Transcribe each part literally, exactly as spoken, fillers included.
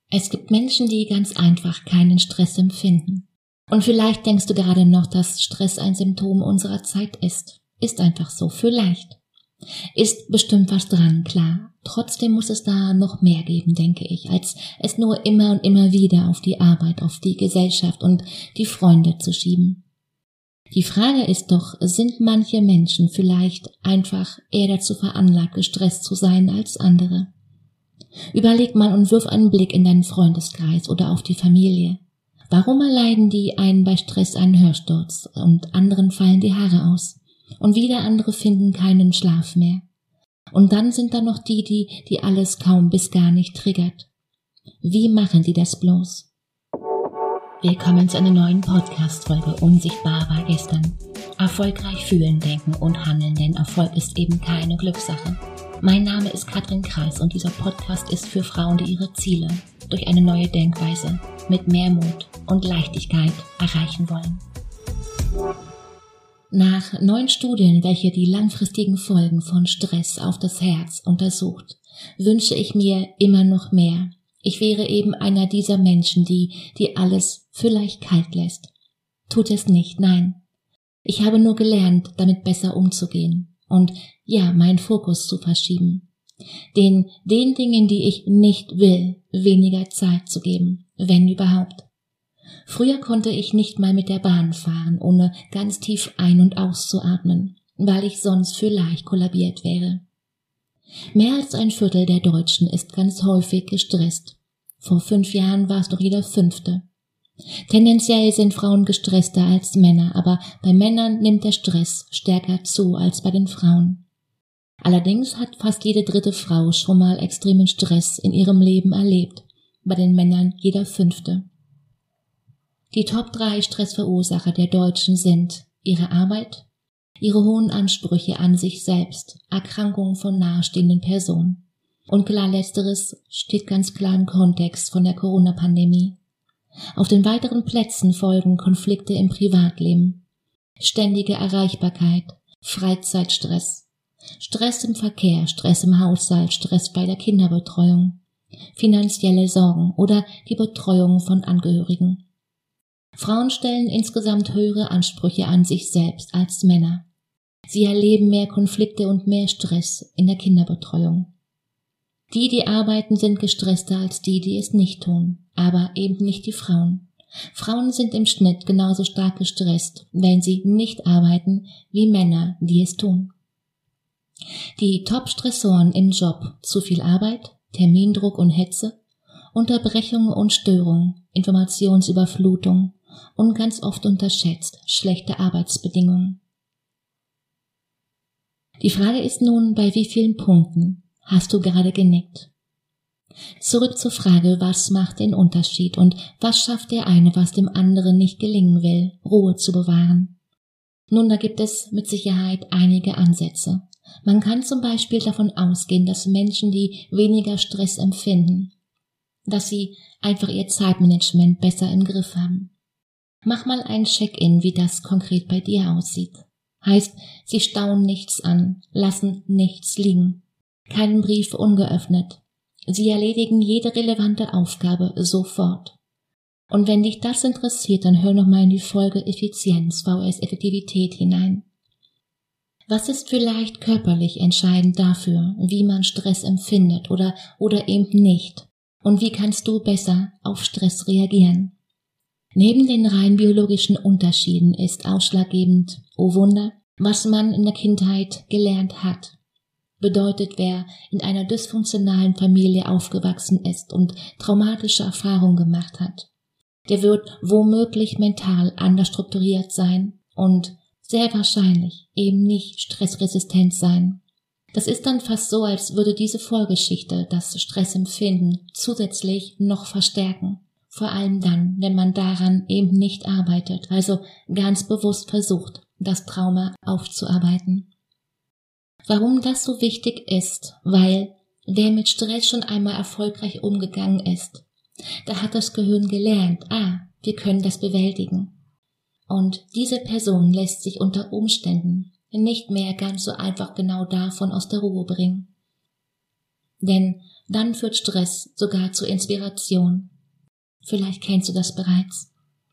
Es gibt Menschen, die ganz einfach keinen Stress empfinden. Und vielleicht denkst du gerade noch, dass Stress ein Symptom unserer Zeit ist. Ist einfach so, vielleicht. Ist bestimmt was dran, klar. Trotzdem muss es da noch mehr geben, denke ich, als es nur immer und immer wieder auf die Arbeit, auf die Gesellschaft und die Freunde zu schieben. Die Frage ist doch, sind manche Menschen vielleicht einfach eher dazu veranlagt, gestresst zu sein als andere? Überleg mal und wirf einen Blick in deinen Freundeskreis oder auf die Familie. Warum erleiden die einen bei Stress einen Hörsturz und anderen fallen die Haare aus? Und wieder andere finden keinen Schlaf mehr. Und dann sind da noch die, die, die alles kaum bis gar nicht triggert. Wie machen die das bloß? Willkommen zu einer neuen Podcast-Folge Unsichtbar war gestern. Erfolgreich fühlen, denken und handeln, denn Erfolg ist eben keine Glückssache. Mein Name ist Katrin Kreis und dieser Podcast ist für Frauen, die ihre Ziele durch eine neue Denkweise mit mehr Mut und Leichtigkeit erreichen wollen. Nach neuen Studien, welche die langfristigen Folgen von Stress auf das Herz untersucht, wünsche ich mir immer noch mehr. Ich wäre eben einer dieser Menschen, die, die alles vielleicht kalt lässt. Tut es nicht, nein. Ich habe nur gelernt, damit besser umzugehen und ja, meinen Fokus zu verschieben. Den, den Dingen, die ich nicht will, weniger Zeit zu geben, wenn überhaupt. Früher konnte ich nicht mal mit der Bahn fahren, ohne ganz tief ein- und auszuatmen, weil ich sonst vielleicht kollabiert wäre. Mehr als ein Viertel der Deutschen ist ganz häufig gestresst. Vor fünf Jahren war es doch jeder Fünfte. Tendenziell sind Frauen gestresster als Männer, aber bei Männern nimmt der Stress stärker zu als bei den Frauen. Allerdings hat fast jede dritte Frau schon mal extremen Stress in ihrem Leben erlebt, bei den Männern jeder Fünfte. Die Top drei Stressverursacher der Deutschen sind ihre Arbeit, ihre hohen Ansprüche an sich selbst, Erkrankungen von nahestehenden Personen. Und klar, letzteres steht ganz klar im Kontext von der Corona-Pandemie. Auf den weiteren Plätzen folgen Konflikte im Privatleben, ständige Erreichbarkeit, Freizeitstress, Stress im Verkehr, Stress im Haushalt, Stress bei der Kinderbetreuung, finanzielle Sorgen oder die Betreuung von Angehörigen. Frauen stellen insgesamt höhere Ansprüche an sich selbst als Männer. Sie erleben mehr Konflikte und mehr Stress in der Kinderbetreuung. Die, die arbeiten, sind gestresster als die, die es nicht tun, aber eben nicht die Frauen. Frauen sind im Schnitt genauso stark gestresst, wenn sie nicht arbeiten, wie Männer, die es tun. Die Top-Stressoren im Job: zu viel Arbeit, Termindruck und Hetze, Unterbrechungen und Störungen, Informationsüberflutung und ganz oft unterschätzt schlechte Arbeitsbedingungen. Die Frage ist nun, bei wie vielen Punkten hast du gerade genickt? Zurück zur Frage, was macht den Unterschied und was schafft der eine, was dem anderen nicht gelingen will, Ruhe zu bewahren? Nun, da gibt es mit Sicherheit einige Ansätze. Man kann zum Beispiel davon ausgehen, dass Menschen, die weniger Stress empfinden, dass sie einfach ihr Zeitmanagement besser im Griff haben. Mach mal ein Check-in, wie das konkret bei dir aussieht. Heißt, sie stauen nichts an, lassen nichts liegen, keinen Brief ungeöffnet. Sie erledigen jede relevante Aufgabe sofort. Und wenn dich das interessiert, dann hör noch mal in die Folge Effizienz, V S Effektivität hinein. Was ist vielleicht körperlich entscheidend dafür, wie man Stress empfindet oder, oder eben nicht? Und wie kannst du besser auf Stress reagieren? Neben den rein biologischen Unterschieden ist ausschlaggebend, oh Wunder, was man in der Kindheit gelernt hat. Bedeutet, wer in einer dysfunktionalen Familie aufgewachsen ist und traumatische Erfahrungen gemacht hat, der wird womöglich mental anders strukturiert sein und sehr wahrscheinlich eben nicht stressresistent sein. Das ist dann fast so, als würde diese Vorgeschichte das Stressempfinden zusätzlich noch verstärken. Vor allem dann, wenn man daran eben nicht arbeitet, also ganz bewusst versucht, das Trauma aufzuarbeiten. Warum das so wichtig ist? Weil wer mit Stress schon einmal erfolgreich umgegangen ist, da hat das Gehirn gelernt, ah, wir können das bewältigen. Und diese Person lässt sich unter Umständen nicht mehr ganz so einfach genau davon aus der Ruhe bringen. Denn dann führt Stress sogar zur Inspiration. Vielleicht kennst du das bereits.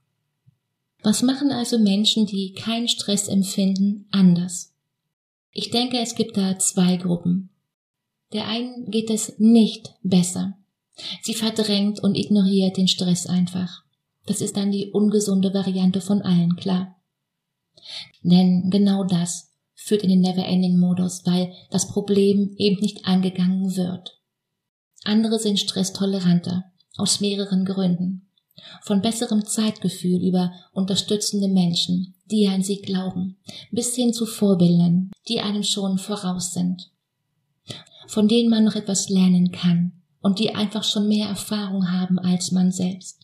Was machen also Menschen, die keinen Stress empfinden, anders? Ich denke, es gibt da zwei Gruppen. Der einen geht es nicht besser. Sie verdrängt und ignoriert den Stress einfach. Das ist dann die ungesunde Variante von allen, klar. Denn genau das führt in den Never-Ending-Modus, weil das Problem eben nicht angegangen wird. Andere sind stresstoleranter, aus mehreren Gründen. Von besserem Zeitgefühl über unterstützende Menschen, die an sie glauben, bis hin zu Vorbildern, die einem schon voraus sind, von denen man noch etwas lernen kann und die einfach schon mehr Erfahrung haben als man selbst.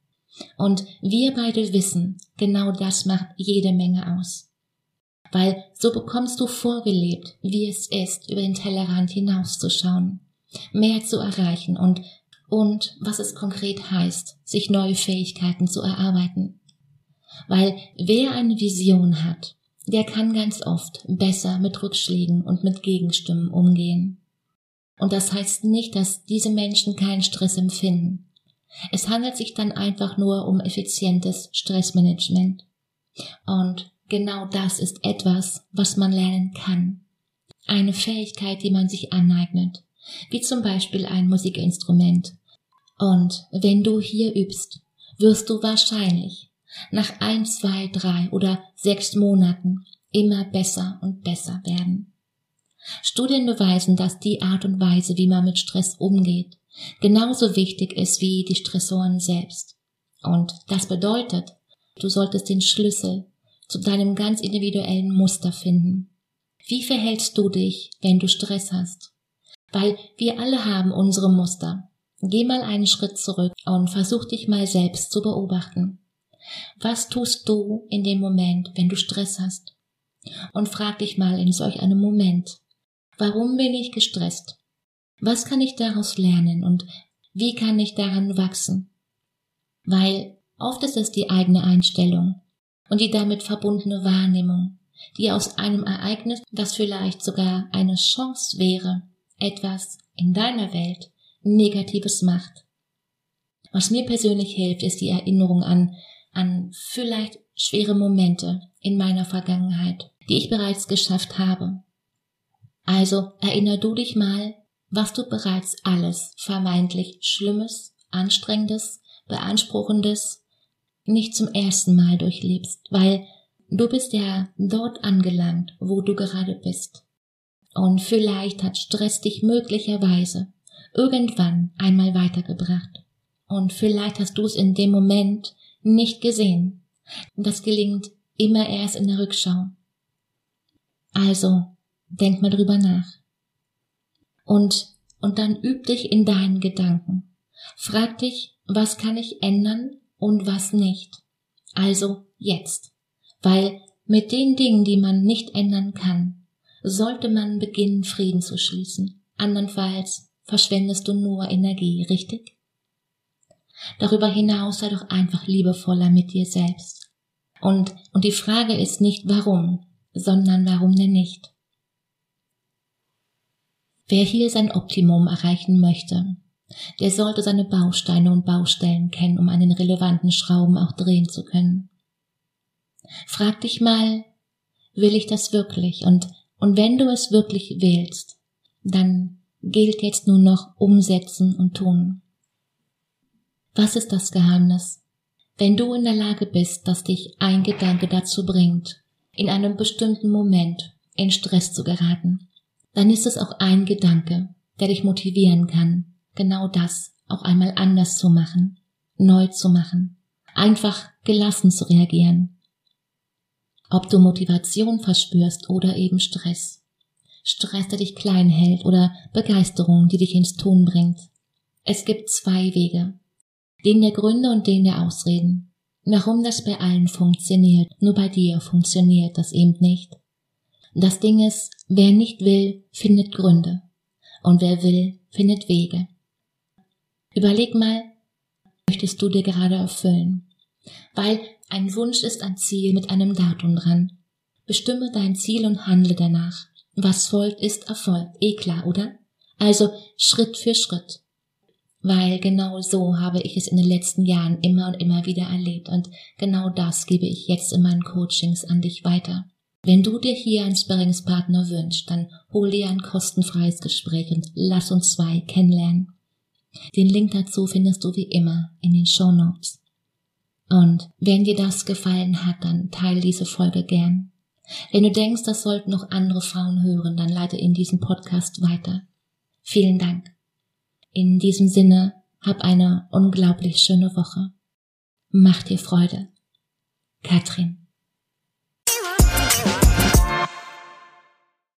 Und wir beide wissen, genau das macht jede Menge aus. Weil so bekommst du vorgelebt, wie es ist, über den Tellerrand hinauszuschauen, mehr zu erreichen und und was es konkret heißt, sich neue Fähigkeiten zu erarbeiten. Weil wer eine Vision hat, der kann ganz oft besser mit Rückschlägen und mit Gegenstimmen umgehen. Und das heißt nicht, dass diese Menschen keinen Stress empfinden. Es handelt sich dann einfach nur um effizientes Stressmanagement. Und genau das ist etwas, was man lernen kann. Eine Fähigkeit, die man sich aneignet, wie zum Beispiel ein Musikinstrument. Und wenn du hier übst, wirst du wahrscheinlich nach ein, zwei, drei oder sechs Monaten immer besser und besser werden. Studien beweisen, dass die Art und Weise, wie man mit Stress umgeht, genauso wichtig ist wie die Stressoren selbst. Und das bedeutet, du solltest den Schlüssel zu deinem ganz individuellen Muster finden. Wie verhältst du dich, wenn du Stress hast? Weil wir alle haben unsere Muster. Geh mal einen Schritt zurück und versuch dich mal selbst zu beobachten. Was tust du in dem Moment, wenn du Stress hast? Und frag dich mal in solch einem Moment, warum bin ich gestresst? Was kann ich daraus lernen und wie kann ich daran wachsen? Weil oft ist es die eigene Einstellung und die damit verbundene Wahrnehmung, die aus einem Ereignis, das vielleicht sogar eine Chance wäre, etwas in deiner Welt Negatives macht. Was mir persönlich hilft, ist die Erinnerung an, an vielleicht schwere Momente in meiner Vergangenheit, die ich bereits geschafft habe. Also erinner du dich mal, was du bereits alles vermeintlich Schlimmes, Anstrengendes, Beanspruchendes nicht zum ersten Mal durchlebst, weil du bist ja dort angelangt, wo du gerade bist. Und vielleicht hat Stress dich möglicherweise irgendwann einmal weitergebracht. Und vielleicht hast du es in dem Moment nicht gesehen. Das gelingt immer erst in der Rückschau. Also, denk mal drüber nach. Und, und dann üb dich in deinen Gedanken. Frag dich, was kann ich ändern und was nicht. Also jetzt. Weil mit den Dingen, die man nicht ändern kann, sollte man beginnen, Frieden zu schließen. Andernfalls verschwendest du nur Energie, richtig? Darüber hinaus sei doch einfach liebevoller mit dir selbst. Und, und die Frage ist nicht warum, sondern warum denn nicht? Wer hier sein Optimum erreichen möchte, der sollte seine Bausteine und Baustellen kennen, um an den relevanten Schrauben auch drehen zu können. Frag dich mal, will ich das wirklich? Und, und wenn du es wirklich willst, dann gilt jetzt nur noch umsetzen und tun. Was ist das Geheimnis? Wenn du in der Lage bist, dass dich ein Gedanke dazu bringt, in einem bestimmten Moment in Stress zu geraten, dann ist es auch ein Gedanke, der dich motivieren kann, genau das auch einmal anders zu machen, neu zu machen, einfach gelassen zu reagieren. Ob du Motivation verspürst oder eben Stress. Stress, der dich klein hält oder Begeisterung, die dich ins Tun bringt. Es gibt zwei Wege. Den der Gründe und den der Ausreden. Warum das bei allen funktioniert, nur bei dir funktioniert das eben nicht. Das Ding ist, wer nicht will, findet Gründe. Und wer will, findet Wege. Überleg mal, möchtest du dir gerade erfüllen? Weil ein Wunsch ist ein Ziel mit einem Datum dran. Bestimme dein Ziel und handle danach. Was folgt, ist Erfolg. Eh klar, oder? Also Schritt für Schritt. Weil genau so habe ich es in den letzten Jahren immer und immer wieder erlebt und genau das gebe ich jetzt in meinen Coachings an dich weiter. Wenn du dir hier einen Sparringspartner wünschst, dann hol dir ein kostenfreies Gespräch und lass uns zwei kennenlernen. Den Link dazu findest du wie immer in den Shownotes. Und wenn dir das gefallen hat, dann teile diese Folge gern. Wenn du denkst, das sollten noch andere Frauen hören, dann leite in diesen Podcast weiter. Vielen Dank. In diesem Sinne, hab eine unglaublich schöne Woche. Mach dir Freude. Katrin.